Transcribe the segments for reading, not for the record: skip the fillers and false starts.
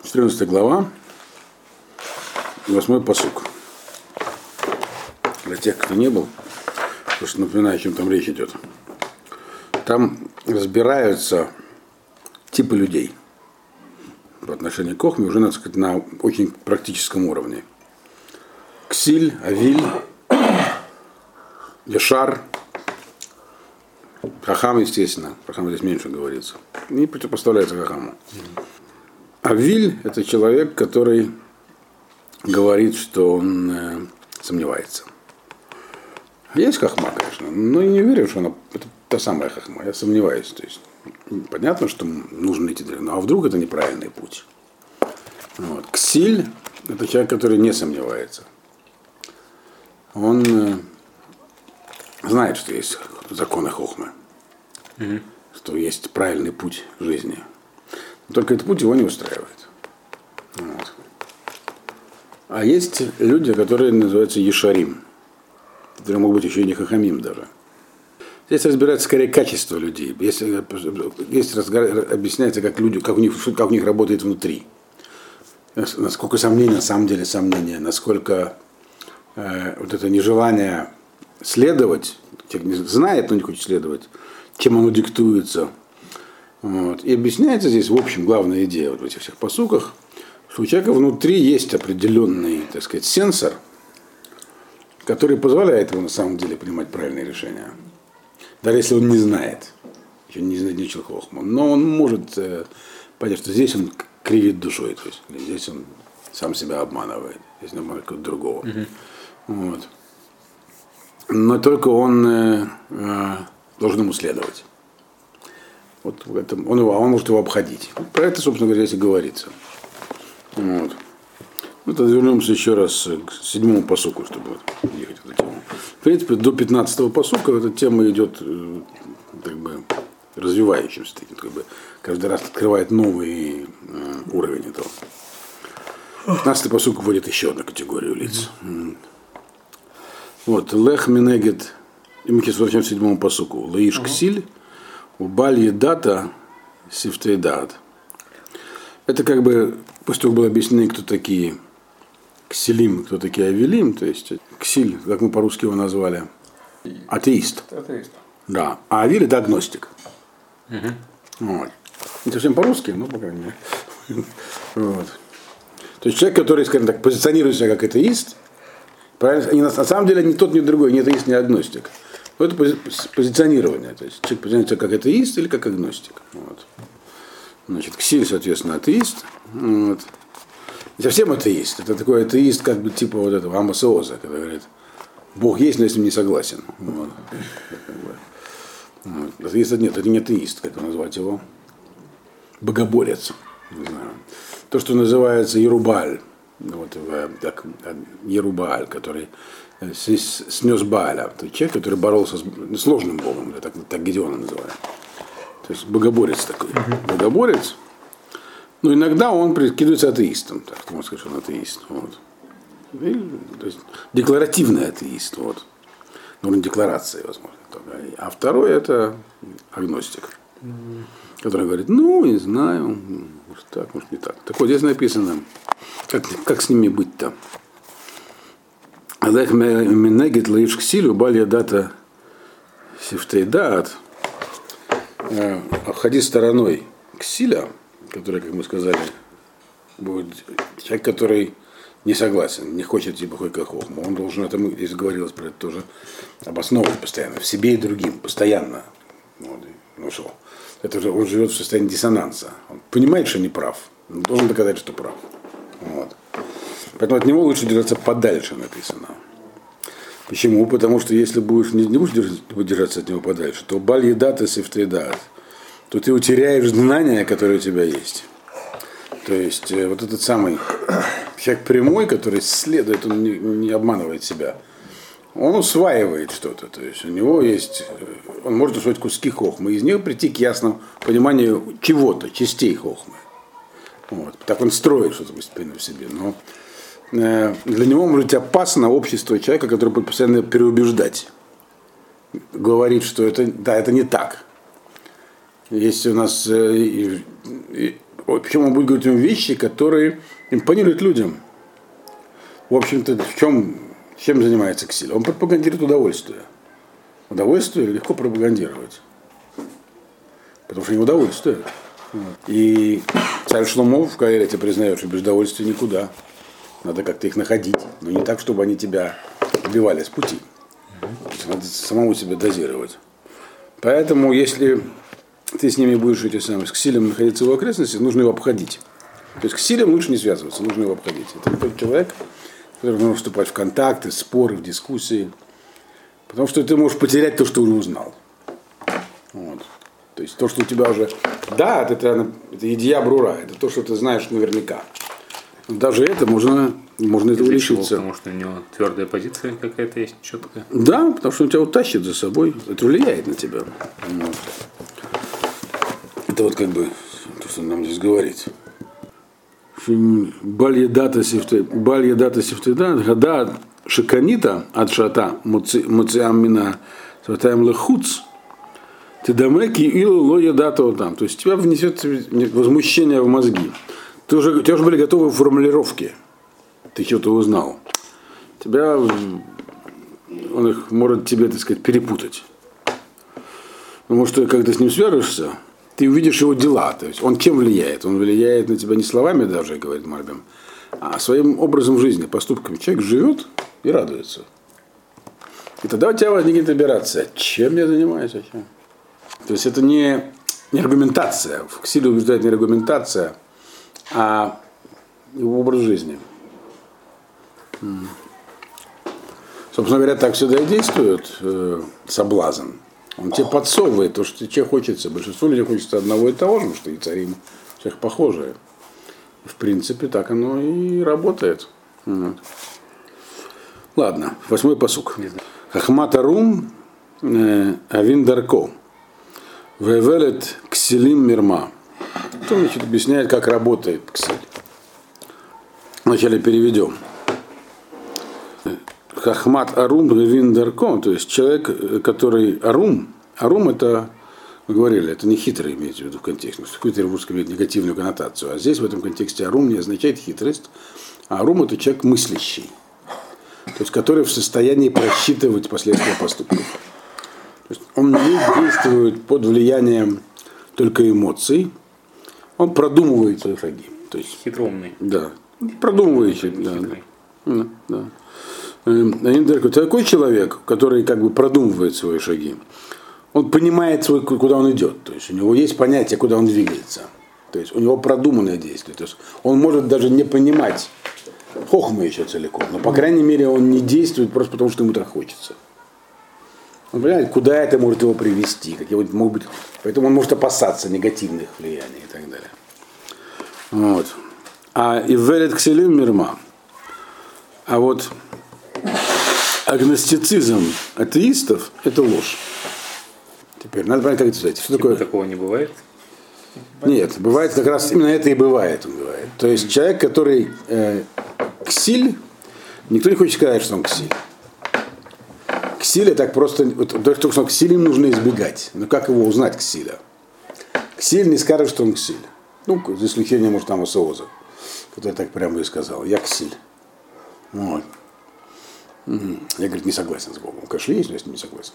14 глава, 8 пасук. Для тех, кто не был, потому что напоминаю, о чем там речь идет. Там разбираются типы людей по отношению к Хохме уже, надо сказать, на очень практическом уровне. Ксиль, Авиль, Яшар, Хахам, естественно. Хахам здесь меньше говорится. И противопоставляется Хахаму. Авиль – это человек, который говорит, что он сомневается. Есть хахма, конечно, но я не верю, что она это та самая хахма. Я сомневаюсь. То есть понятно, что нужно идти далеко. Ну а вдруг это неправильный путь? Вот. Ксиль – это человек, который не сомневается. Он знает, что есть законы хохмы, что есть правильный путь жизни. Только этот путь его не устраивает. Вот. А есть люди, которые называются Ешарим, которые могут быть еще и не хахамим даже. Здесь разбирается скорее качество людей. Здесь объясняется, как у них работает внутри. Насколько сомнения, на самом деле сомнения, насколько вот это нежелание следовать, человек не знает, но не хочет следовать, чем оно диктуется. Вот. И объясняется здесь, в общем, главная идея вот в этих всех пасуках, что у человека внутри есть определенный, так сказать, сенсор, который позволяет ему на самом деле принимать правильные решения. Даже если он не знает, еще не знает ничего хохму, но он может понять, что здесь он кривит душой, то есть здесь он сам себя обманывает, здесь он обманывает кого-то другого. Вот. Но только он должен ему следовать. Вот он может его обходить. Про это, собственно говоря, здесь и говорится. Вот. Ну, тогда вернемся еще раз к 7 пасуку, чтобы ехать в эту тему. В принципе, до 15 пасука эта тема идет как бы развивающимся. Как бы, каждый раз открывает новый уровень этого. 15 пасук вводит еще одну категорию лиц. Вот. Лех минегет, и мы сейчас возвращаемся к 7 пасуку. Лаиш ксиль, убаль едата сифтейдат. Это как бы, после того, было объяснено, кто такие ксилим, кто такие авилим, то есть ксиль, как мы по-русски его назвали, атеист. Атеист. Да. А авиль это агностик. Вот. Не совсем по-русски, но по крайней мере. Вот. То есть человек, который, скажем так, позиционирует себя как атеист, правильно, на самом деле ни тот, ни другой, ни атеист, ни агностик. Но это позиционирование. То есть человек позиционирует себя как атеист или как агностик. Вот. Значит, ксиль, соответственно, атеист. Вот. Не совсем атеист. Это такой атеист, как бы типа вот этого Амоса Оза, когда говорит, Бог есть, но я с ним не согласен. Вот. Вот. Атеист нет, это не атеист, как назвать его. Богоборец. Не знаю. То, что называется Ерубааль. Вот, так, Ерубааль, который снес Бааля. Это человек, который боролся с сложным Богом. Так Гедеона называют. То есть богоборец такой. Богоборец. Но иногда он прикидывается атеистом. Так, можно сказать, что он атеист. Вот. И, то есть декларативный атеист. Вот. Нужна декларация, возможно. А второй это агностик. Который говорит, ну, не знаю, может так, может не так. Так вот, здесь написано, как с ними быть-то. Алех минегет лаиш ксилю балья дата сифтейдат. Обходи стороной ксиля, который, как мы сказали, будет человек, который не согласен, не хочет типа хойка хохму. Он должен, это мы здесь говорилось про это тоже, обосновывать постоянно, в себе и другим, постоянно. Вот. Ну что, это же он живет в состоянии диссонанса. Он понимает, что не прав, но должен доказать, что прав. Вот. Поэтому от него лучше держаться подальше, написано. Почему? Потому что если не будешь держаться от него подальше, то баль едат и сифтейдат, то ты утеряешь знания, которые у тебя есть. То есть вот этот самый человек прямой, который следует, он не обманывает себя, он усваивает что-то. То есть у него есть, он может усвоить куски хохмы, из него прийти к ясному пониманию чего-то, частей хохмы. Вот. Так он строит что-то постепенно в себе. Но для него может быть опасно общество человека, который будет постоянно переубеждать. Говорит, что это не так. Есть у нас причем он будет говорить им вещи, которые импонируют людям. В общем-то, чем занимается Ксиль? Он пропагандирует удовольствие. Удовольствие легко пропагандировать. Потому что не удовольствие. И царь Шломо в Каэлите признает, что без удовольствия никуда. Надо как-то их находить. Но не так, чтобы они тебя убивали с пути. Надо самому себя дозировать. Поэтому, если ты с ними будешь с Ксилем находиться в его окрестности, нужно его обходить. То есть Ксилем лучше не связываться, нужно его обходить. Это тот человек, который может вступать в контакты, споры, в дискуссии. Потому что ты можешь потерять то, что уже узнал. Вот. То есть то, что у тебя уже... Да, это идея брура, это то, что ты знаешь наверняка. Но даже это можно этого лишиться. Потому что у него твердая позиция какая-то есть, четкая. Да, потому что он тебя утащит за собой. Это влияет на тебя. Вот. Это вот как бы то, что он нам здесь говорит. Баль-едата сифтеда, гада шиканита от шата муциам мина сватаем лехуц, ты дамеки илу ло едата там. То есть тебя внесет возмущение в мозги. У тебя уже были готовые формулировки. Ты что-то узнал. Он их может тебе, так сказать, перепутать. Потому что, когда ты с ним свяжешься, ты увидишь его дела. То есть он чем влияет? Он влияет на тебя не словами даже, говорит Мальбим, а своим образом жизни, поступками. Человек живет и радуется. И тогда у тебя возникнет операция. Чем я занимаюсь вообще? То есть это не аргументация. В Ксиле убеждает не аргументация, а его образ жизни. Собственно говоря, так всегда и действует соблазн. Он тебе подсовывает то, что тебе хочется. Большинству людей хочется одного и того же, потому что и цари у всех похожие. В принципе, так оно и работает. Ладно, 8-й пасук. Хахмат арум авин дарко. Вевелет ксилим мирма. Потом объясняет, как работает ксиль. Вначале переведем. Хахмат арум вевин дарко, то есть человек, который арум это, мы говорили, это не хитрый, имеется в виду в контексте. Хитрый в русском имеет негативную коннотацию, а здесь в этом контексте арум не означает хитрость, а арум это человек мыслящий, то есть который в состоянии просчитывать последствия поступков. То есть он не действует под влиянием только эмоций, он продумывает свои шаги. То есть, хитроумный. Да, продумывающий. Да. Такой человек, который как бы продумывает свои шаги, он понимает, куда он идет. То есть у него есть понятие, куда он двигается. То есть у него продуманное действие. То есть он может даже не понимать хохмы еще целиком, но по крайней мере он не действует просто потому, что ему так хочется. Он понимает, куда это может его привести, могут быть, поэтому он может опасаться негативных влияний и так далее. Вот. А ивелет кселим мирма. А вот агностицизм атеистов – это ложь. Теперь надо понять, как это сказать. Что такое? Такого не бывает? Нет, бывает как раз именно это и бывает. Он бывает. То есть человек, который ксиль, никто не хочет сказать, что он ксиль. Ксиля так просто, только что ксилем нужно избегать. Но как его узнать, ксиля? Ксиль не скажет, что он ксиль. Ну, за исключением, может, там Осооза, который так прямо и сказал. Я ксиль. Вот. Я, говорит, не согласен с Богом. Конечно, есть, но я с ним не согласен.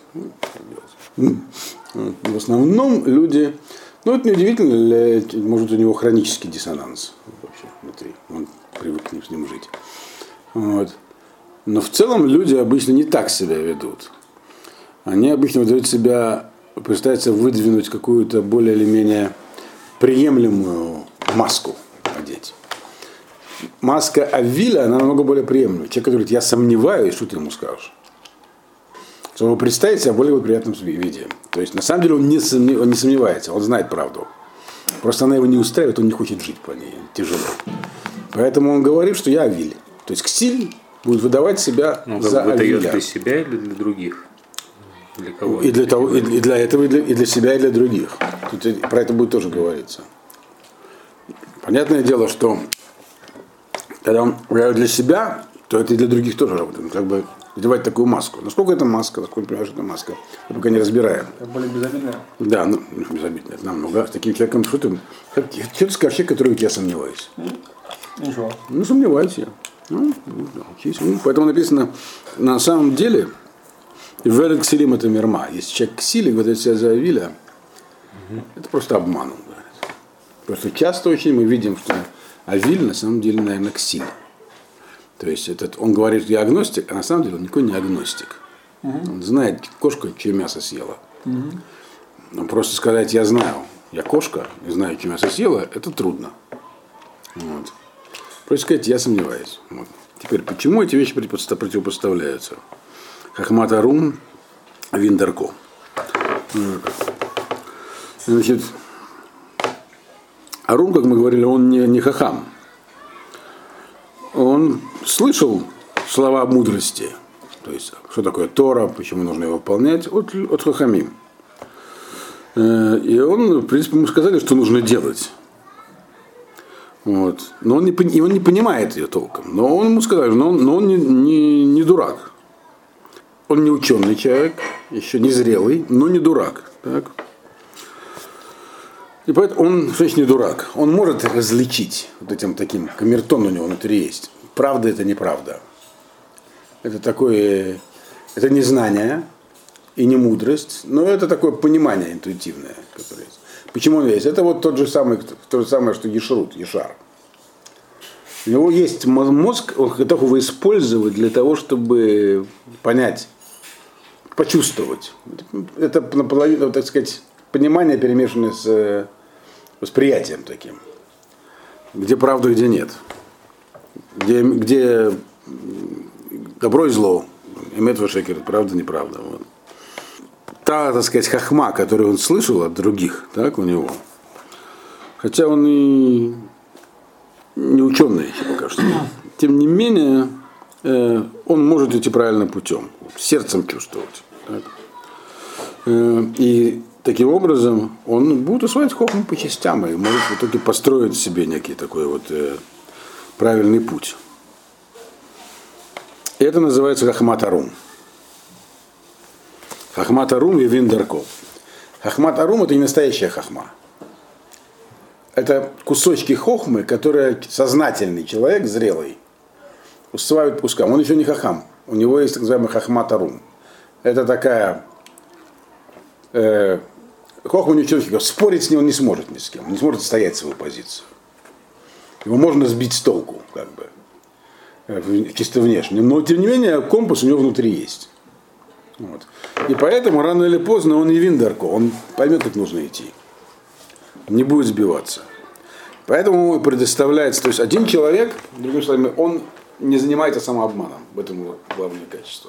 В основном люди, это неудивительно, может, у него хронический диссонанс вообще внутри. Он привык с ним жить. Вот. Но в целом люди обычно не так себя ведут. Они обычно выдают себя, пытаются выдвинуть какую-то более или менее приемлемую маску одеть. Маска Авиля, она намного более приемлемая. Человек говорит, я сомневаюсь, что ты ему скажешь. Чтобы представить себя в более приятном виде. То есть, на самом деле, он не сомневается, он знает правду. Просто она его не устраивает, он не хочет жить по ней, тяжело. Поэтому он говорит, что я Авиль. То есть, ксиль будет выдавать себя за Авиля. Для себя или для других? Для кого? И для того, и для этого, и для себя, и для других. Тут про это будет тоже говориться. Понятное дело, что когда он говорит для себя, то это и для других тоже работает. Как бы надевать такую маску. Насколько это маска, насколько понимаешь, это маска, мы пока не разбираем. Это более безобидное. Да, ну, безобидно, это намного. С таким человеком, что ты скажешь, человек, который я сомневаюсь. Ничего. Ну, сомневаюсь я. Поэтому написано, на самом деле, Велик ксилим это мирма. Если человек ксили, выдает себя за Авиля, это просто обман. Просто часто очень мы видим, что Авиль на самом деле, наверное, ксиль. То есть он говорит, я агностик, а на самом деле он никакой не агностик. Он знает, кошка, чье мясо съела. Но просто сказать, я знаю, я кошка, и знаю, чье мясо съела, это трудно. Вот. Просто сказать, я сомневаюсь. Вот. Теперь, почему эти вещи противопоставляются? Хахмат Арум, Виндарко. Значит, Арум, как мы говорили, он не хахам. Он слышал слова мудрости. То есть, что такое Тора, почему нужно его выполнять, от хахамим. И он, в принципе, ему сказали, что нужно делать. Вот. Но он не понимает ее толком. Но он ему сказал, но он не дурак. Он не ученый человек, еще не зрелый, но не дурак. Так? И поэтому он, значит, не дурак. Он может различить вот этим таким камертон у него внутри есть. Правда это неправда. Это такое, это не знание и не мудрость, но это такое понимание интуитивное, которое есть. Почему он есть? Это вот то же самое, что Ешар. У него есть мозг, он готов его использовать для того, чтобы понять, почувствовать. Это наполовину, так сказать, понимание, перемешанное с восприятием таким. Где правда, где нет. Где добро и зло. Эмет вашекер, правда, неправда. Вот. Та, так сказать, хахма, которую он слышал от других, так, у него. Хотя он и не ученый еще пока что. Тем не менее, он может идти правильным путем, сердцем чувствовать. Так. И таким образом он будет усваивать хохму по частям и может в итоге построить себе некий такой вот правильный путь. И это называется Хахмат Арум. Хахмат Арум и Виндарко. Хахмат Арум это не настоящая хахма. Это кусочки хохмы, которые сознательный человек, зрелый, усваивает пускам. Он еще не хахам. У него есть так называемый Хахмат Арум. Это такая хохма не человек, спорить с ним он не сможет ни с кем, не сможет стоять свою позицию. Его можно сбить с толку, как бы, чисто внешне. Но, тем не менее, компас у него внутри есть. Вот. И поэтому, рано или поздно, он и Виндарко, он поймет, как нужно идти. Не будет сбиваться. Поэтому предоставляется, то есть один человек, другими словами, он не занимается самообманом. В этом его главное качество.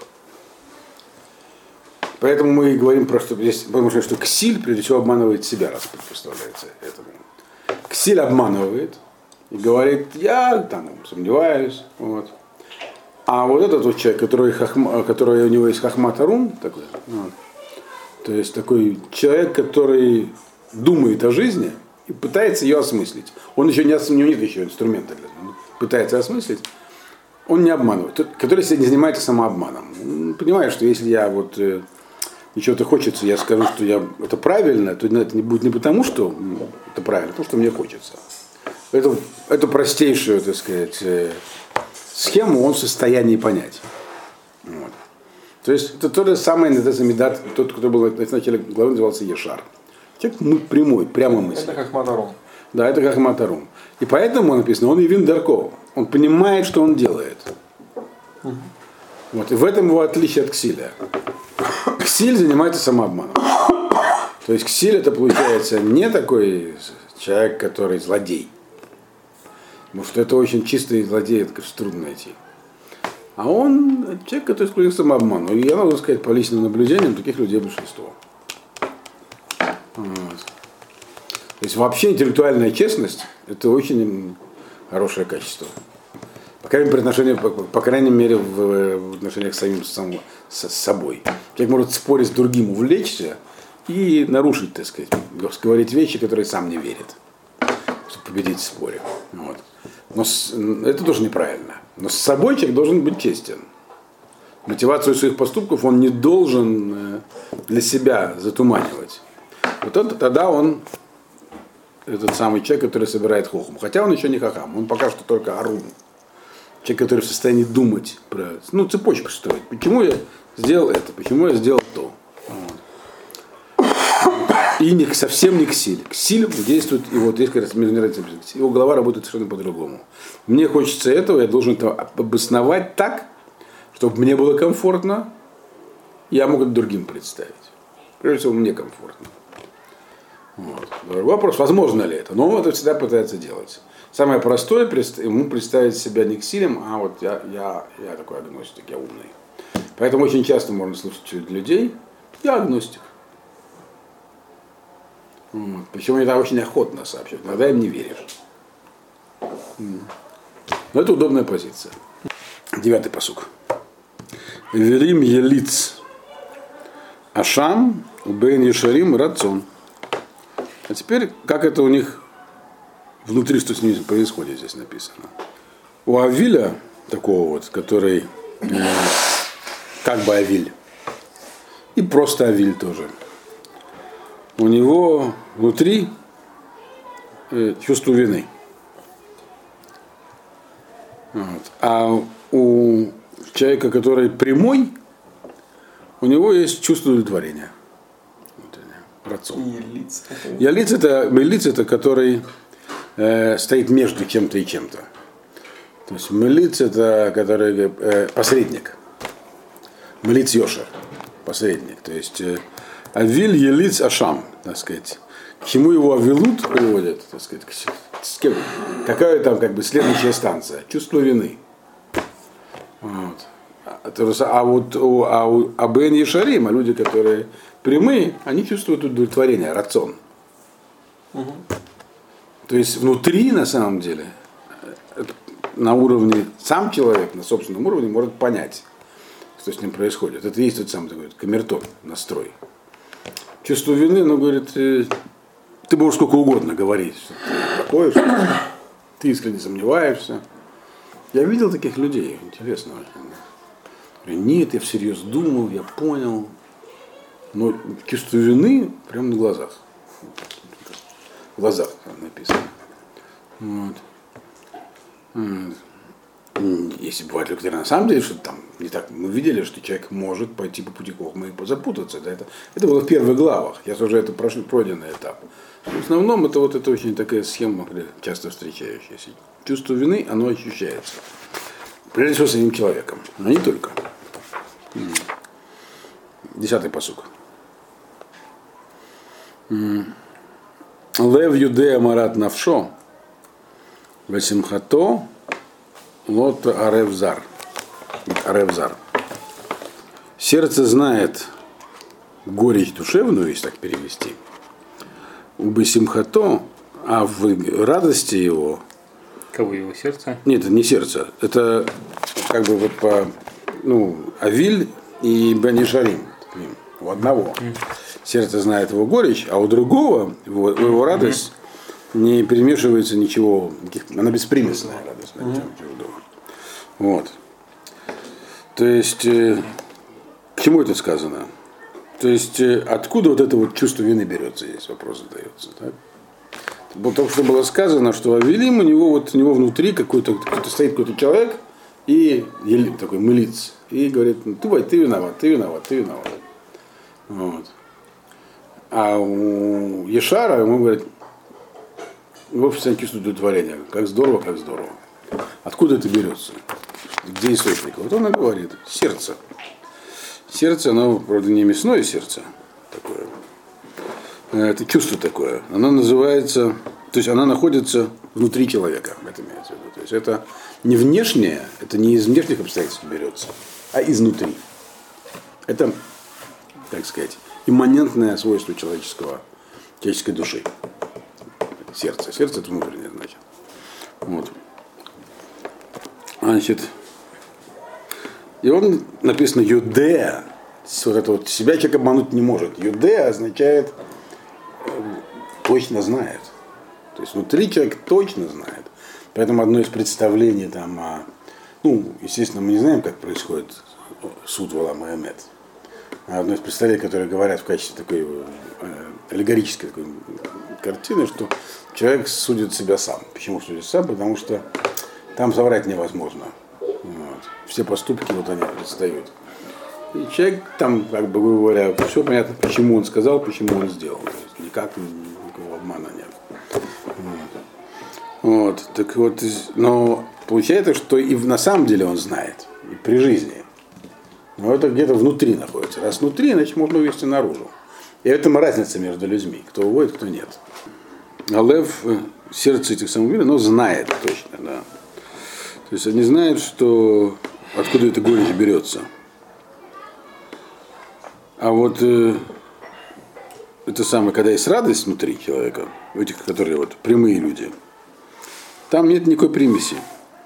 Поэтому мы говорим про что здесь, потому что ксиль, прежде всего, обманывает себя, раз представляется этому. Ксиль обманывает и говорит, я там сомневаюсь. Вот. А вот этот вот человек, который у него есть Хахмат Арум, такой, вот, то есть такой человек, который думает о жизни и пытается ее осмыслить. Он еще у него нет еще инструмента для этого. Он пытается осмыслить. Он не обманывает. Тот, который не занимается самообманом. Он понимает, что если я вот чего-то хочется, я скажу, что это правильно, то это не будет не потому, что это правильно, а потому что мне хочется. Эту простейшую, так сказать, схему он в состоянии понять. Вот. То есть это то же самое Медат, тот, кто был в начале главы, назывался Ешар. Человек прямой, прямо мысль. Это как Матарум. Да, это как Матарум. И поэтому написано, он и Виндарко. Он понимает, что он делает. Вот. И в этом его отличие от Ксиля. Ксиль занимается самообманом. То есть Ксиль это получается не такой человек, который злодей. Потому что это очень чистый злодей, это, конечно, трудно найти. А он человек, который склонился к самообману. И я могу сказать, по личным наблюдениям, таких людей большинство. Вот. То есть вообще интеллектуальная честность это очень хорошее качество. По крайней мере, в отношениях с собой. Человек может спорить с другим, увлечься и нарушить, так сказать, говорить вещи, которые сам не верит, чтобы победить в споре. Вот. Но это тоже неправильно. Но с собой человек должен быть честен. мотивацию своих поступков он не должен для себя затуманивать. Вот это, тогда он этот самый человек, который собирает хохм. Хотя он еще не хахам, он пока что только арум. Человек, который в состоянии думать, цепочку строить. Почему я сделал это, почему я сделал то. Вот. И совсем не ксиль. Ксиль действует, и вот здесь как раз его голова работает совершенно по-другому. Мне хочется этого, я должен это обосновать так, чтобы мне было комфортно, я мог это другим представить. Прежде всего, мне комфортно. Вот. Вопрос, возможно ли это, но он это всегда пытается делать. Самое простое ему представить себя не ксилем, а вот я такой агностик, я умный. Поэтому очень часто можно слушать людей, я агностик. Вот. Причем это очень охотно сообщают, иногда им не веришь. Но это удобная позиция. 9 пасук. Велим елиц ашам бен ешарим рацон. А теперь, как это у них внутри, что с ними происходит, здесь написано. У Авиля, такого вот, который как бы Авиль, и просто Авиль тоже, у него внутри чувство вины. Вот. А у человека, который прямой, у него есть чувство удовлетворения. Ялиц это который стоит между чем-то и чем-то. То есть мелиц это который посредник. Мелиц Йошер, посредник. То есть Авиль Елиц Ашам, так сказать. К чему его Авилут приводит, так сказать, какая там как бы следующая станция? Чувство вины. Вот. А вот у Бен Ешарим, люди, которые прямые, они чувствуют удовлетворение, рацион. Угу. То есть внутри, на самом деле, на уровне, сам человек на собственном уровне может понять, что с ним происходит. Это есть тот самый такой камертон, настрой. Чувство вины, оно говорит, ты можешь сколько угодно говорить, что ты такое, что ты искренне сомневаешься. Я видел таких людей, интересно очень. Нет, я всерьез думал, я понял. Но чувство вины прямо на глазах. В глазах написано. Вот. Если бывают люди, которые на самом деле что-то там не так, мы видели, что человек может пойти по пути Хохмы и запутаться. Да, это было в первых главах. Я уже это пройденный этап. В основном это вот это очень такая схема, часто встречающаяся. Чувство вины, оно ощущается. Прежде всего самим человеком, но не только. 10 пасук. Лев юдея марат навшо, весимхато лот аревзар. Аревзар. Сердце знает горечь душевную, если так перевести. У бесимхато, а в радости его. Кого его сердце? Нет, это не сердце. Это как бы вот по Авиль и Бен Ешарим. У одного сердце знает его горечь, а у другого его радость не перемешивается ничего, она беспримесная радость. Вот. То есть, к чему это сказано? То есть, откуда вот это вот чувство вины берется, здесь вопрос задается. Так? Только что было сказано, что Авилим, у него внутри стоит какой-то человек, и такой мылиц, и говорит, ты виноват. Вот. А у Ешара ему говорят, его постоянно чувствует удовлетворение. Как здорово. Откуда это берется? Где источник? Вот он и говорит, сердце. Сердце, оно, правда, не мясное сердце такое. Это чувство такое. Оно называется, то есть оно находится внутри человека, это имеется в виду. То есть это не внешнее, это не из внешних обстоятельств берется, а изнутри. Это, так сказать, имманентное свойство человеческой души. Сердце. Сердце это внутреннее, значит. Вот. Значит, и он написано юдея. Вот это вот себя человек обмануть не может. Юдея означает точно знает. То есть внутри человек точно знает. Поэтому одно из представлений там естественно, мы не знаем, как происходит суд Валам Эмет. Одно из представителей, которые говорят в качестве такой аллегорической такой картины, что человек судит себя сам. Почему судит сам? Потому что там соврать невозможно. Вот. Все поступки вот они предстают. И человек там, как бы говоря, все понятно, почему он сказал, почему он сделал. То есть никакого обмана нет. Вот. Так вот, но получается, что и на самом деле он знает, и при жизни. Но это где-то внутри находится. Раз внутри, значит можно вывести наружу. И в этом разница между людьми, кто уводит, кто нет. А лев, сердце этих самых мира, но знает точно, да. То есть они знают, что откуда эта горечь берется. А вот это самое, когда есть радость внутри человека, у этих, которые вот прямые люди, там нет никакой примеси.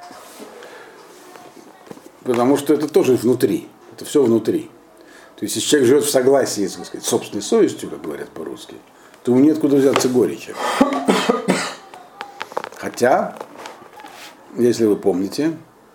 Потому что это тоже внутри. Это все внутри. То есть, если человек живет в согласии, так сказать, с собственной совестью, как говорят по-русски, то ему нет откуда взяться горечи. Хотя, если вы помните,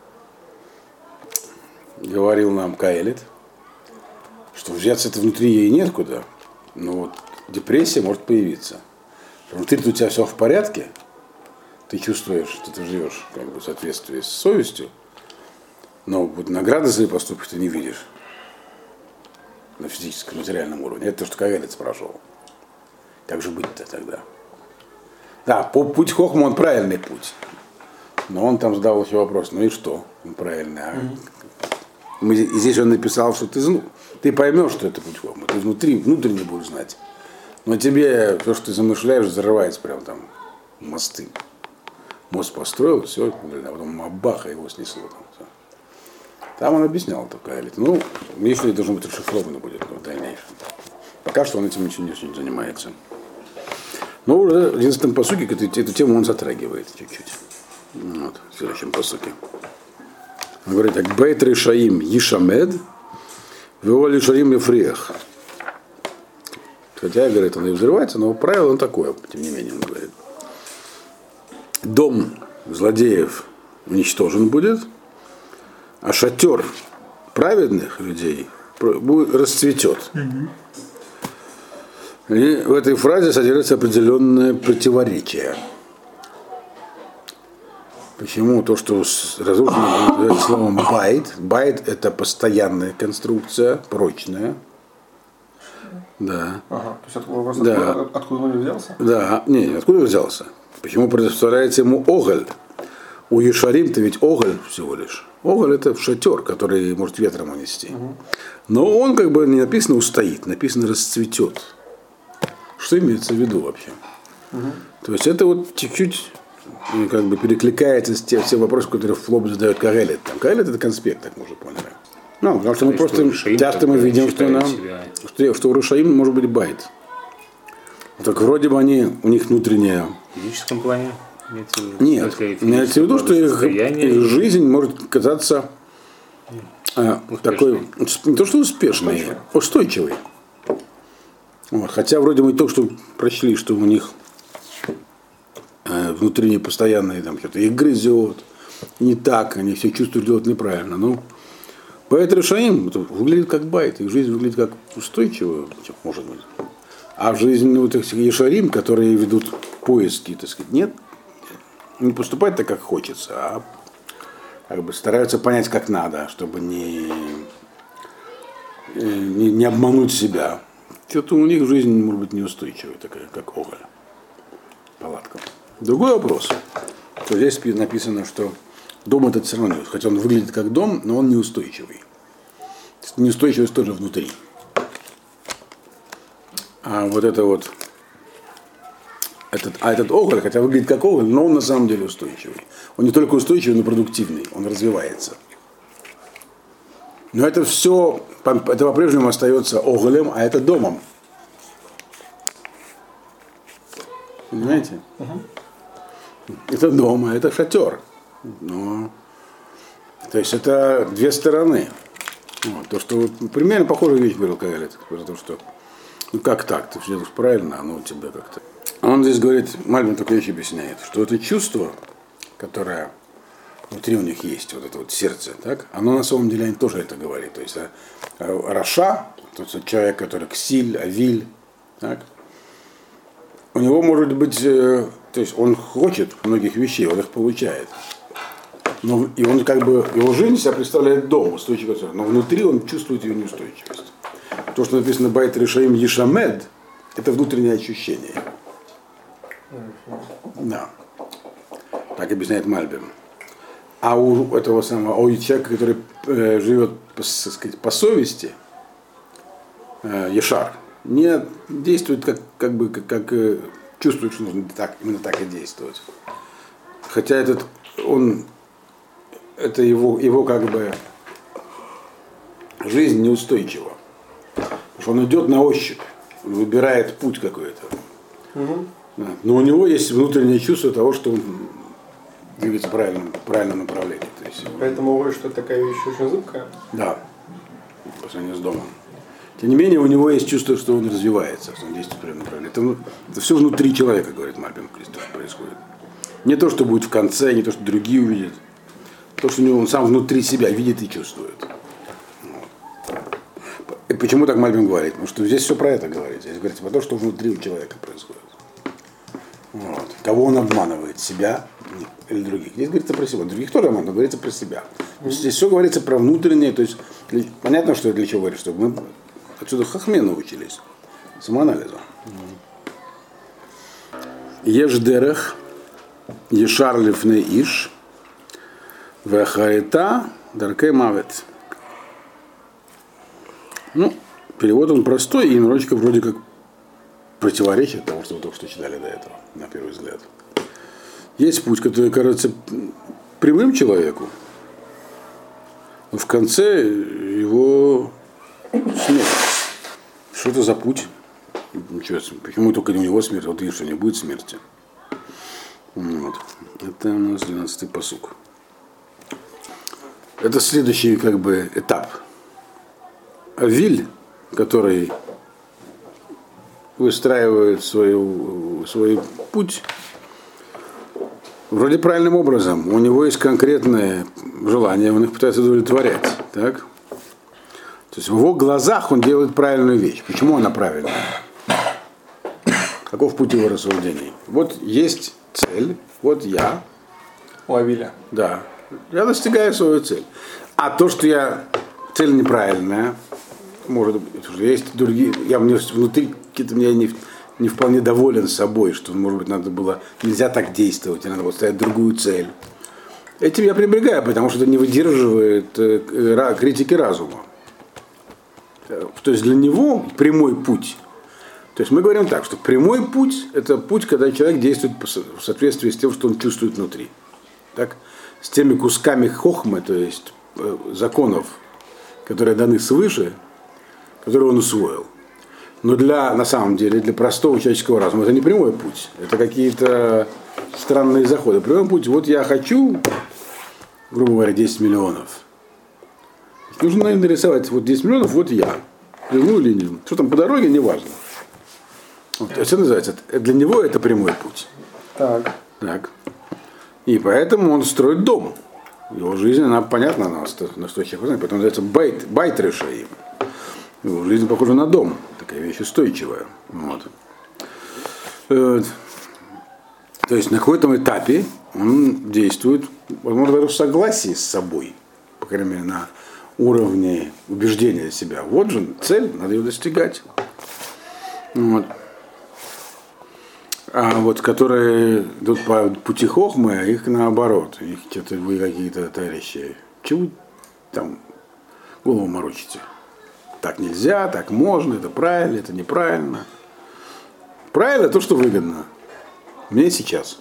говорил нам Каэлит, что взяться это внутри ей неоткуда, но вот депрессия может появиться. Внутри у тебя все в порядке, ты чувствуешь, что ты живешь как бы в соответствии с совестью, но вот награды за свои поступки ты не видишь на физическом, материальном уровне. Это то, что Каэлит спрашивал. Как же быть-то тогда? Да, путь Хохма, он правильный путь. Но он там задал еще вопрос, ну и что? Он правильный. И здесь он написал, что ты поймешь, что это путь Хохма. Ты внутренне будешь знать. Но тебе то, что ты замышляешь, взрывается прям там мосты. Мост построил, все, а потом баха его снесло. Там он объяснял только, ну, если должно быть расшифровано будет в дальнейшем. Пока что он этим ничего не занимается. Но уже в 11-м посуке эту тему он затрагивает чуть-чуть. Вот, в следующем посуке. Он говорит так: Бейт Решаим Ишамед, Веоли Шарим Ефрех. Хотя, говорит, он и взрывается, но правило он такое, тем не менее, он говорит. Дом злодеев уничтожен будет, а шатер праведных людей расцветет. И в этой фразе содержится определенное противоречие. Почему то, что разрушено словом байт? Байт — это постоянная конструкция, прочная. Да. Ага, то есть вопрос, да. Откуда он взялся? Да, не, откуда он взялся? Почему представляется ему оголь? У Ешарим-то ведь оголь всего лишь. Оголь — это шатер, который может ветром унести. Но он как бы не написано устоит, написано расцветет. Что имеется в виду вообще? То есть это вот чуть-чуть как бы перекликается с тем вопросами, которые Флоп задает Каэлит. Там Каэлит — это конспект, так мы уже поняли. Ну, потому что мы просто часто мы видим, что у Рушаим может быть байт. Так вроде бы у них внутренняя. В физическом плане? Нет, имеется в виду, что их жизнь может казаться такой, не то что успешной, устойчивой. Вот. Хотя вроде мы только что прочли, что у них внутренне постоянные там что-то их грызет, не так, они все чувствуют, делают неправильно. Ну, байт Решаим выглядит как байт, их жизнь выглядит как устойчивая, может быть. А жизнь вот этих Ешарим, которые ведут поиски, так сказать, нет, не поступать так, как хочется, а как бы стараются понять, как надо, чтобы не обмануть себя. Что-то у них жизнь может быть неустойчивая, такая, как оголь. Палатка. Другой вопрос. То здесь написано, что дом этот все равно, хотя он выглядит как дом, но он неустойчивый. Неустойчивость тоже внутри. А вот это вот, этот оголь, хотя выглядит как оголь, но он на самом деле устойчивый. Он не только устойчивый, но и продуктивный, он развивается. Но это все, это по-прежнему остается оголем, а это домом. Понимаете? Это дом, а это шатер. Но, то есть это две стороны. Вот, то, что вот, примерно похожую вещь говорил Каэлит, про то, что ну как так, ты все правильно, оно у тебя как-то. Он здесь говорит, Мальбин такую вещь объясняет, что это чувство, которое внутри у них есть вот это вот сердце, так? Оно на самом деле они тоже это говорит. То есть Раша, тот человек, который ксиль, авиль, так? У него может быть, то есть он хочет многих вещей, он их получает. Но, и он как бы, его жизнь себя представляет дом, устойчивость, но внутри он чувствует ее неустойчивость. То, что написано Байт Решаим Ешамед, это внутреннее ощущение. Да. Так объясняет Мальбим. А у этого самого, у человека, который живет, так сказать, по совести, Ешар, не действует как чувствует, что нужно так, именно так и действовать. Хотя это его как бы жизнь неустойчива. Потому что он идет на ощупь, он выбирает путь какой-то. Угу. Да. Но у него есть внутреннее чувство того, что он двигается в правильном направлении. То есть, Поэтому говорю, что такая вещь очень зыбкая. да, по сравнению с домом. Тем не менее, у него есть чувство, что он развивается, что он действует в правильном направлении. Это все внутри человека, говорит Мальбим Христос, происходит. Не то, что будет в конце, не то, что другие увидят. То, что он сам внутри себя видит и чувствует. Вот. И почему так Мальбим говорит? Потому что здесь все про это говорится. Здесь говорится про то, что внутри у человека происходит. Вот. Кого он обманывает, себя или других. Здесь говорится про себя. Других тоже обманывает, но говорится про себя. Здесь все говорится про внутреннее. То есть понятно, что для чего говорит, чтобы мы отсюда хахме научились. Самоанализу. Ешдерех, ешар лифней иш, вехаэта, даркей мавет. Ну, перевод он простой, и немножечко вроде как противоречит тому, что вы только что читали до этого, на первый взгляд. Есть путь, который кажется прямым человеку, но в конце его смерть. Что это за путь? Ничего, почему только не у него смерть? Вот видишь, что не будет смерти. Вот. Это у нас 12-й пасук. Это следующий как бы этап. Авиль, который выстраивает свой путь вроде правильным образом. У него есть конкретные желания, он их пытается удовлетворять. Так? То есть в его глазах он делает правильную вещь. Почему она правильная? Каков путь его рассуждений? Вот есть цель, вот я. У Авиля. Да. Я достигаю свою цель. А то, что цель неправильная, может быть, есть другие, я внутри какие-то я не вполне доволен собой, что, может быть, нельзя так действовать, надо было ставить другую цель. Этим я пренебрегаю, потому что это не выдерживает критики разума. То есть для него прямой путь. То есть мы говорим так, что прямой путь – это путь, когда человек действует в соответствии с тем, что он чувствует внутри. Так? С теми кусками хохмы, то есть законов, которые даны свыше, которые он усвоил. Но на самом деле, для простого человеческого разума это не прямой путь. Это какие-то странные заходы. Прямой путь, вот я хочу, грубо говоря, 10 миллионов. Нужно, наверное, нарисовать вот 10 миллионов, вот я. Прямую линию. Что там по дороге, неважно. Вот, это называется, для него это прямой путь. Так. И поэтому он строит дом. Его жизнь, она понятна, она настойчивая, поэтому называется байт решаим. Его жизнь похожа на дом. Такая вещь устойчивая. Вот. То есть на каком-то этапе он действует, возможно, даже в согласии с собой, по крайней мере, на уровне убеждения себя. Вот же цель, надо ее достигать. Вот. А вот которые идут по пути хохмы, а их наоборот. Их что-то вы какие-то товарищи. Чего там голову морочите? Так нельзя, так можно, это правильно, это неправильно. Правильно то, что выгодно. Мне сейчас.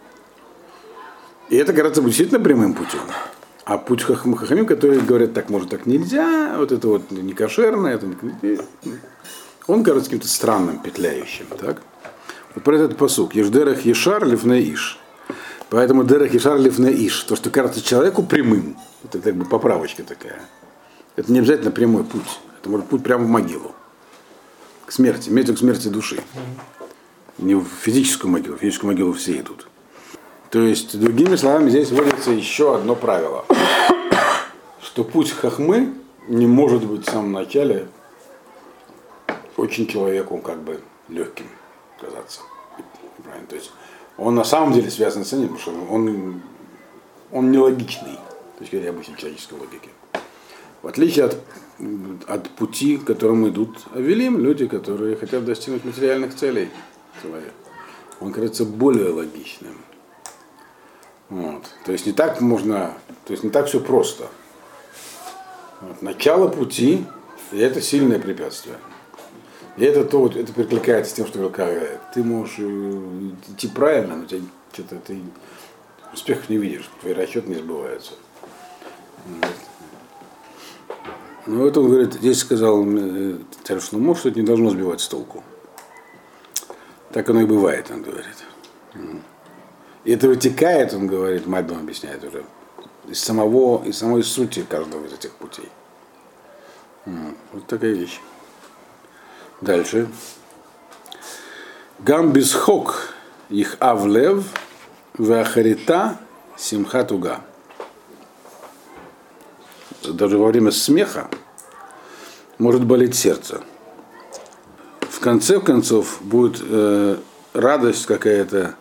И это, кажется, действительно прямым путем. А путь хахамим, которые говорят, так может, так нельзя, вот это вот не кошерно, это не... Он кажется каким-то странным, петляющим. Так? Вот про этот пасук. Ешдерех ешар лифней иш. Поэтому дерех ешар лифней иш. То, что кажется человеку прямым. Это как бы поправочка такая. Это не обязательно прямой путь. Это может путь прямо в могилу. К смерти. Имеется к смерти души. Не в физическую могилу. В физическую могилу все идут. То есть, другими словами, здесь вводится еще одно правило, что путь хахмы не может быть в самом начале очень человеку как бы легким казаться. Правильно? То есть он на самом деле связан с ним, потому что он нелогичный, то есть обычной человеческой логики. В отличие от пути, к которому идут авелим, люди, которые хотят достигнуть материальных целей человека. Он кажется более логичным. Вот. То есть не так все просто. Вот. Начало пути, и это сильное препятствие. И это перекликается с тем, что ты можешь идти правильно, но у тебя что-то ты успехов не видишь, твои расчеты не сбываются. Вот. Ну, это он говорит, здесь сказал царь Шломо, что это не должно сбивать с толку. Так оно и бывает, он говорит. И это вытекает, он говорит, Мальбим объясняет уже, из самой сути каждого из этих путей. Вот такая вещь. Дальше. Гам бисхок их авлев вахарита симхатуга. Даже во время смеха может болеть сердце. В конце концов будет радость какая-то,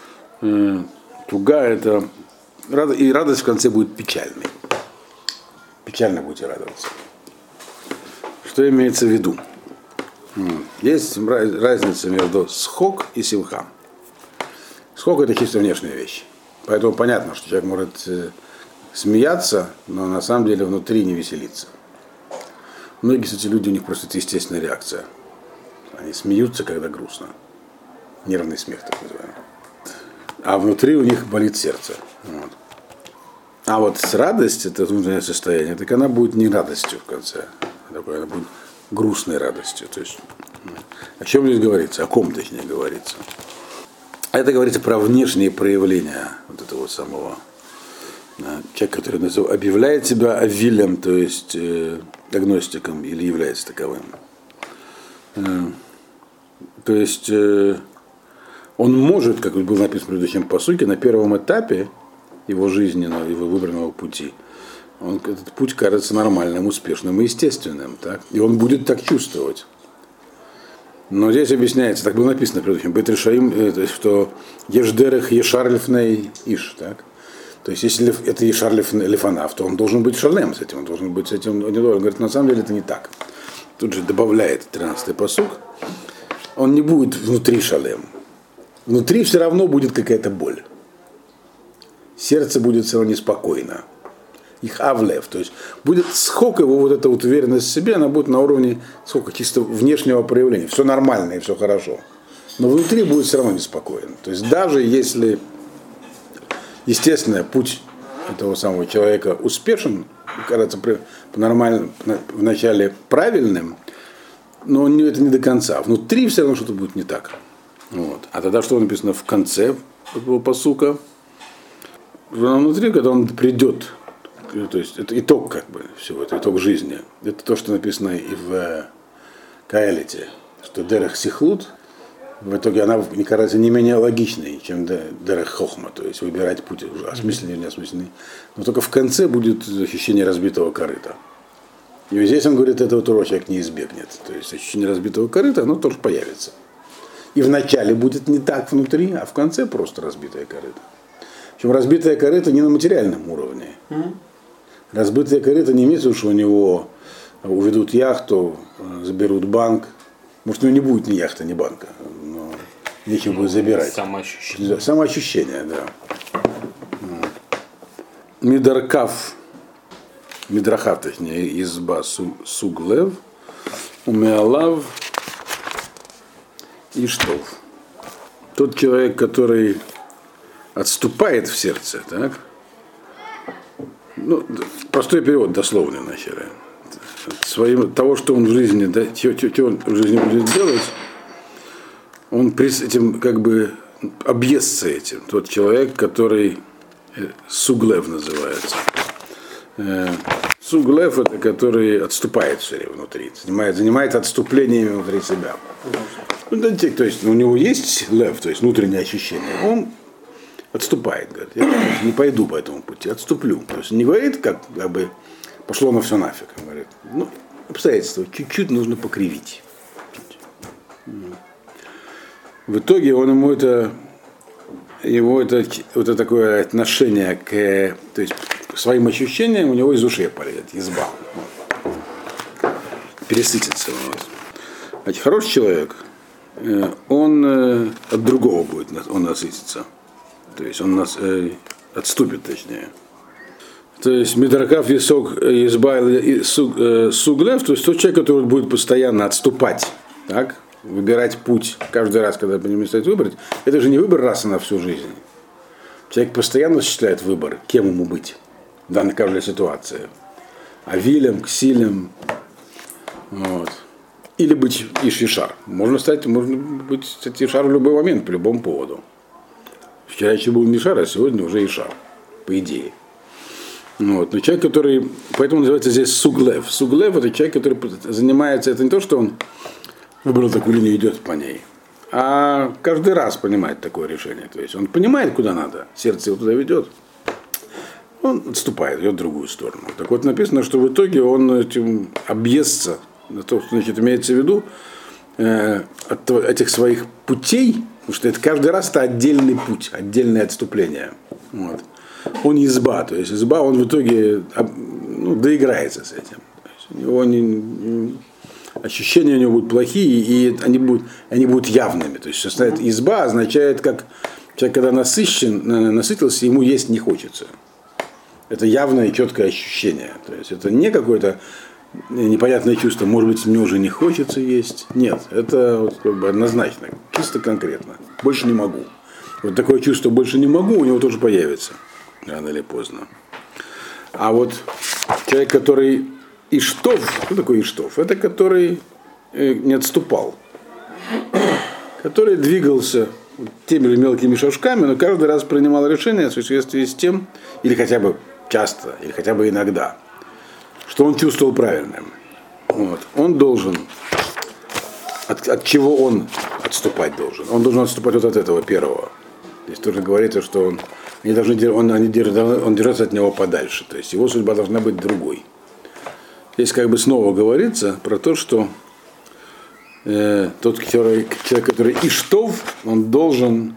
туга это, и радость в конце будет печальной. Печально будете радоваться. Что имеется в виду? Есть разница между схок и симха. Схок это чисто внешняя вещь. Поэтому понятно, что человек может смеяться, но на самом деле внутри не веселиться. Многие, кстати, люди, у них просто это естественная реакция. Они смеются, когда грустно. Нервный смех, так называемый. А внутри у них болит сердце. Вот. А вот с радостью, это внутреннее состояние, так она будет не радостью в конце. Она будет грустной радостью. То есть, о чем здесь говорится? О ком, точнее, говорится? А это говорится про внешние проявления вот этого самого человек, который объявляет себя авилем, то есть агностиком, или является таковым. То есть он может, как было написано в предыдущем пасуке, на первом этапе его жизненного, его выбранного пути, этот путь кажется нормальным, успешным и естественным. Так? И он будет так чувствовать. Но здесь объясняется, так было написано в предыдущем, Бет Решаим, что ешдерех ешарлифней иш. Так? То есть, если это Ешар Лефанав, то он должен быть шалем с этим, он должен быть с этим. Он говорит, на самом деле это не так. Тут же добавляет 13-й пасук, он не будет внутри шалем. Внутри все равно будет какая-то боль. Сердце будет все равно неспокойно. Их авлев, то есть будет сколько его вот эта вот уверенность в себе, она будет на уровне сколько чисто внешнего проявления. Все нормально и все хорошо. Но внутри будет все равно неспокоен. То есть даже если естественно, путь этого самого человека успешен, кажется нормально, вначале правильным, но это не до конца. Внутри все равно что-то будет не так. Вот. А тогда что написано в конце этого пасука? Внутри, когда он придет, то есть это итог как бы всего, это итог жизни. Это то, что написано и в Каэлите, что Дерех Сихлут, в итоге она, мне кажется, не менее логичной, чем Дерех Хохма, то есть выбирать путь уже осмысленный или неосмысленный. Но только в конце будет ощущение разбитого корыта. И вот здесь он говорит, этого тоже человек не избегнет. То есть ощущение разбитого корыта, оно тоже появится. И вначале будет не так внутри, а в конце просто разбитое корыто. Причем разбитое корыто не на материальном уровне. Разбитое корыто не имеется в виду, что у него уведут яхту, заберут банк. Может, у него не будет ни яхты, ни банка, но нечего будет забирать. Самоощущение. Самоощущение, да. Мидаркав, Мидрахав, точнее, изба суглев, умеалав и штов. Тот человек, который отступает в сердце, так? Ну, простой перевод, дословный вначале. Того, что он в жизни, да, что он в жизни будет делать, он этим как бы объестся этим. Тот человек, который суглев называется. Суглев это который отступает все время внутри, занимается отступлениями внутри себя. Ну, то есть у него есть лев, то есть внутреннее ощущение. Он отступает, говорит, я не пойду по этому пути, отступлю. То есть не говорит, как бы пошло на все нафиг. Он говорит, ну, обстоятельства чуть-чуть нужно покривить. В итоге он ему вот это такое отношение то есть к своим ощущениям у него из ушей полезет, изба. Вот. Пересытится. Вот. Значит, хороший человек, он от другого будет, он насытится. То есть он нас отступит, точнее. То есть Медракав Есок Избайл Суглев, то есть тот человек, который будет постоянно отступать, так, выбирать путь каждый раз, когда по нему стоит выбрать, это же не выбор раз и на всю жизнь. Человек постоянно осуществляет выбор, кем ему быть в данной каждой ситуации. Авилем, Ксилем, вот. Или быть Ишишар. Можно быть Ишар в любой момент, по любому поводу. Вчера еще был Мишар, а сегодня уже Ишар, по идее. Вот. Но человек, который, поэтому называется здесь Суглев. Суглев — это человек, который занимается, это не то, что он выбрал такую линию и идет по ней, а каждый раз понимает такое решение. То есть он понимает, куда надо, сердце его туда ведет, он отступает, идет в другую сторону. Так вот написано, что в итоге он этим объестся, то, значит, имеется в виду от этих своих путей, потому что это каждый раз это отдельный путь, отдельное отступление. Вот. Он изба, то есть изба, он в итоге доиграется с этим. То есть у него ощущения у него будут плохие, и они будут явными. То есть изба означает, как человек, когда насытился, ему есть не хочется. Это явное и четкое ощущение. То есть это не какое-то непонятное чувство, может быть, мне уже не хочется есть. Нет, это вот как бы однозначно, чисто конкретно. Больше не могу. Вот такое чувство «больше не могу» у него тоже появится, рано или поздно. А вот человек, который Иштов, что такое Иштов? Это который не отступал, который двигался теми же мелкими шажками, но каждый раз принимал решение в соответствии с тем, или хотя бы часто, или хотя бы иногда, что он чувствовал правильным. Вот. Он должен, от чего он отступать должен? Он должен отступать вот от этого первого. Здесь тоже говорится, что он держится от него подальше. То есть его судьба должна быть другой. Здесь как бы снова говорится про то, что тот человек, который Иштов, он должен,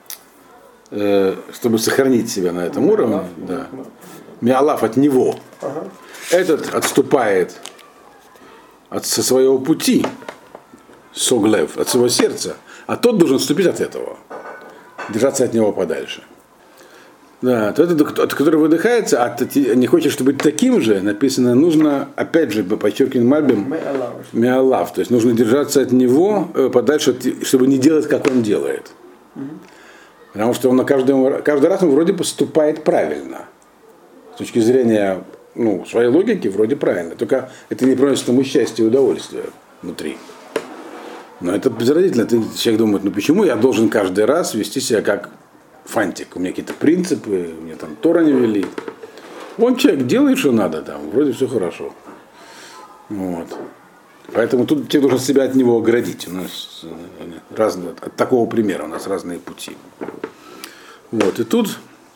чтобы сохранить себя на этом уровне, да, Миалав от него. Этот отступает со своего пути, Соглев, от своего сердца, а тот должен отступить от этого, держаться от него подальше. Да, тот, который выдыхается, а не хочешь быть таким же, написано, нужно, опять же, подчеркиваем Мальбим, Миалав, то есть нужно держаться от него подальше, чтобы не делать, как он делает. Потому что он каждый раз он вроде поступает правильно. С точки зрения своей логики вроде правильно. Только это не приносит ему счастья и удовольствия внутри. Но это безразительно. Человек думает, почему я должен каждый раз вести себя как фантик? У меня какие-то принципы, мне там Тора не вели. Вон человек делает, что надо, там, вроде все хорошо. Вот. Поэтому тут человек должен себя от него оградить. У нас от такого примера у нас разные пути. Вот. И тут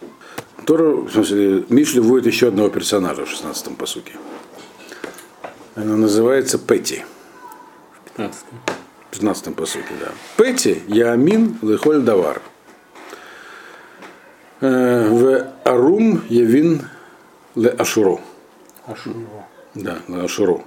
Мишли вводит еще одного персонажа в 16-м пасуке. Она называется Петти. В 15-м пасуке, да. Петти Яамин лехоль давар. В Арум Явин ле Ашуру. Да, ле Ашуру.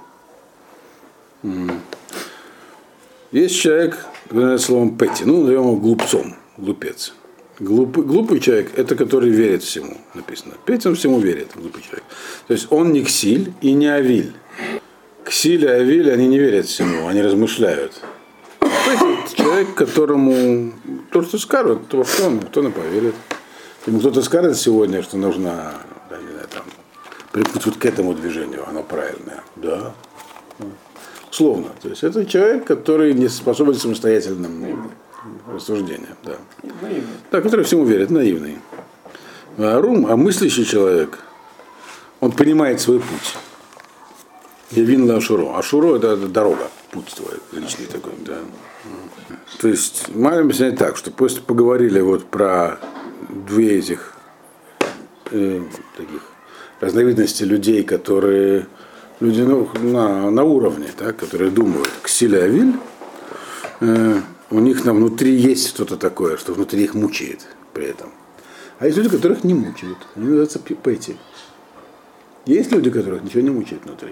Есть человек, говорят словом Петти, назовем его глупцом, глупец. Глупый человек – это который верит всему, написано. Петти он всему верит, глупый человек. То есть он не Ксиль и не Авиль. Ксиль и Авиль, они не верят всему, они размышляют. Петти – человек, которому то, что скажут, то кто на поверит. Ему кто-то скажет сегодня, что нужно прикнуть вот к этому движению, оно правильное. Да. Условно. То есть это человек, который не способен к самостоятельному рассуждению. Да. Да, который всему верит, наивный. А мыслящий человек, он понимает свой путь. Явин ла Ашуру. Ашуру это дорога, путь твой, личный такой. Да. То есть, можем объяснять так, что после поговорили вот про две этих таких разновидности людей, которые люди на уровне, так, которые думают. Ксиль и Авиль, у них внутри есть что-то такое, что внутри их мучает при этом. А есть люди, которых не мучают. Они называются пэти. Есть люди, которых ничего не мучает внутри.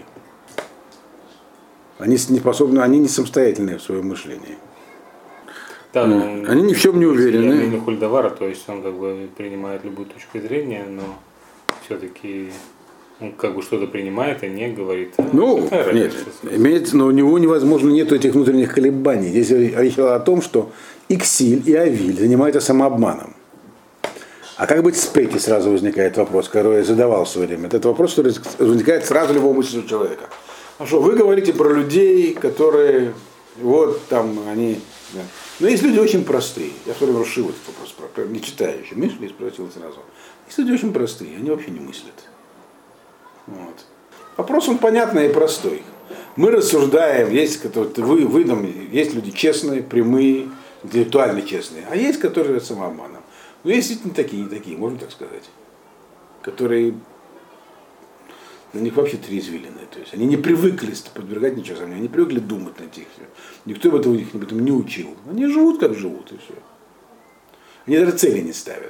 Они не способны, они не самостоятельные в своем мышлении. Да, они ни в чем не уверены. Если Хульдавара, то есть он как бы принимает любую точку зрения, но все-таки он как бы что-то принимает и не говорит. Но у него невозможно, нет этих внутренних колебаний. Здесь речь о том, что и Ксиль, и Авиль занимаются самообманом. А как быть с Пети, сразу возникает вопрос, который я задавал в свое время. Это вопрос, который возникает сразу любому мысли человека. А что, вы говорите про людей, которые, вот там они... Да. Но есть люди очень простые. Я все время расшил этот вопрос, про не читающие. Мишли спросил сразу. Есть люди очень простые, они вообще не мыслят. Вот. Вопрос он понятный и простой. Мы рассуждаем, есть, вы там, есть люди честные, прямые, интеллектуально честные, а есть, которые с самообманом. Но есть ведь не такие, можно так сказать, которые на них вообще трезвилины. То есть они не привыкли подвергать ничего сомнению, они не привыкли думать на тех. Никто об этом не учил. Они живут, как живут, и все. Они даже цели не ставят.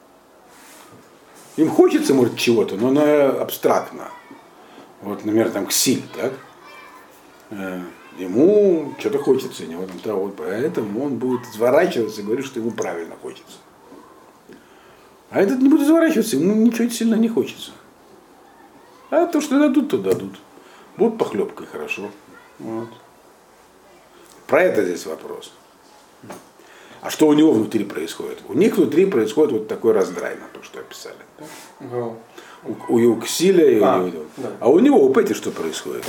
Им хочется, может, чего-то, но оно абстрактно. Вот, например, там Ксиль, так? Ему что-то хочется, у него там того, поэтому он будет изворачиваться и говорит, что ему правильно хочется. А этот не будет изворачиваться, ему ничего сильно не хочется. А то, что дадут, то дадут. Будут похлебкой, хорошо. Вот. Про это здесь вопрос. А что у него внутри происходит? У них внутри происходит вот такой раздрай, на то, что описали. Да? У Ксиля и у него. Да. А у него, у Пети, что происходит?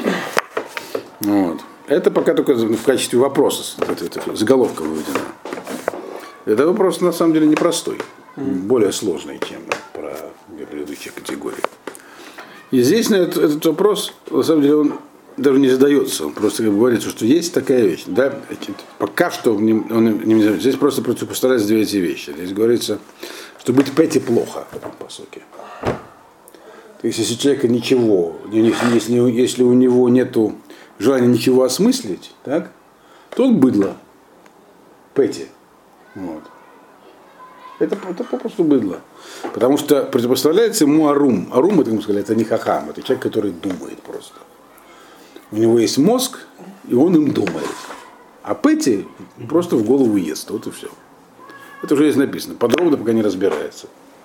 Вот. Это пока только в качестве вопроса, заголовка выведено. Это вопрос на самом деле непростой, более сложный, чем про предыдущие категории. И здесь на этот вопрос, на самом деле, он даже не задается, он просто говорит, что есть такая вещь. Да? Пока что здесь просто противопоставляются две эти вещи. Здесь говорится, что быть Пети плохо в этом посоке. То есть, если у человека ничего, если у него нет желания ничего осмыслить, так, то он быдло. Пети. Вот. Это попросту быдло. Потому что противопоставляется ему Арум. Арум, это, сказали, это не хахам, это человек, который думает просто. У него есть мозг, и он им думает. А Пети просто в голову ест. Вот и все. Это уже здесь написано. Подробно пока не разбирается.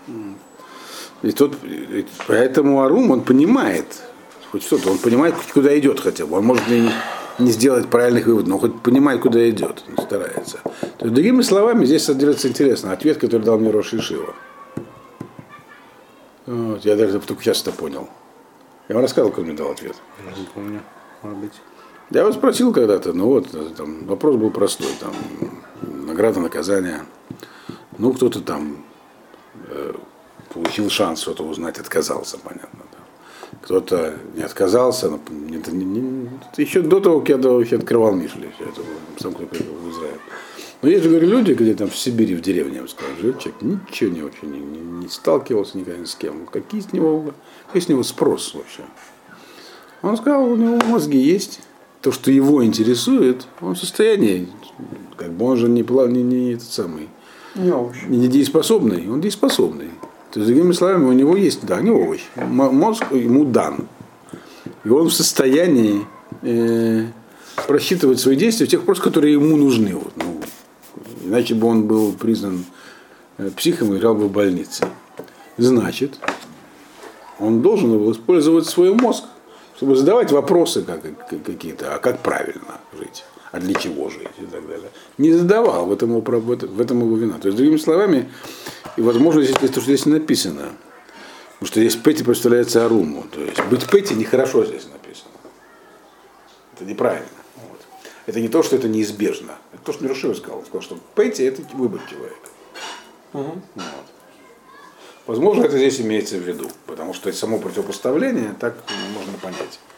Поэтому Арум, он понимает хоть что-то. Он понимает, куда идет хотя бы. Он может не сделать правильных выводов, но хоть понимает, куда идет. Он старается. То есть, другими словами, здесь содержится интересно. Ответ, который дал мне Рош Ешива. Вот, я даже только сейчас это понял. Я вам рассказывал, как мне дал ответ. Не помню, может быть. Я его спросил когда-то, там вопрос был простой, там, награда, наказание. Кто-то там получил шанс что-то узнать, отказался, понятно. Да. Кто-то не отказался, это еще до того, как я вообще открывал Мишли, это сам кто-то в Израиле. Но есть же, говорю, люди, где там в Сибири, в деревне, я бы сказал, живет человек, ничего вообще не сталкивался никогда ни с кем. Какой с него спрос вообще? Он сказал, у него мозги есть, то, что его интересует, он в состоянии, как бы он же не этот самый, не дееспособный, он дееспособный. То есть, другими словами, у него есть, не овощ, мозг ему дан. И он в состоянии просчитывать свои действия в тех вопросах, которые ему нужны. Иначе бы он был признан психом и лежал бы в больнице. Значит, он должен был использовать свой мозг, чтобы задавать вопросы какие-то, а как правильно жить, а для чего жить и так далее. Не задавал, в этом его вина. То есть, другими словами, и возможно, здесь то, что здесь написано. Потому что здесь Пети представляется Аруму. То есть быть Пети нехорошо здесь написано. Это неправильно. Вот. Это не то, что это неизбежно. Это то, что Мирошева сказал. Он сказал, что Пети это выбор человека. Вот. Возможно, это здесь имеется в виду. Потому что само противопоставление так можно понять.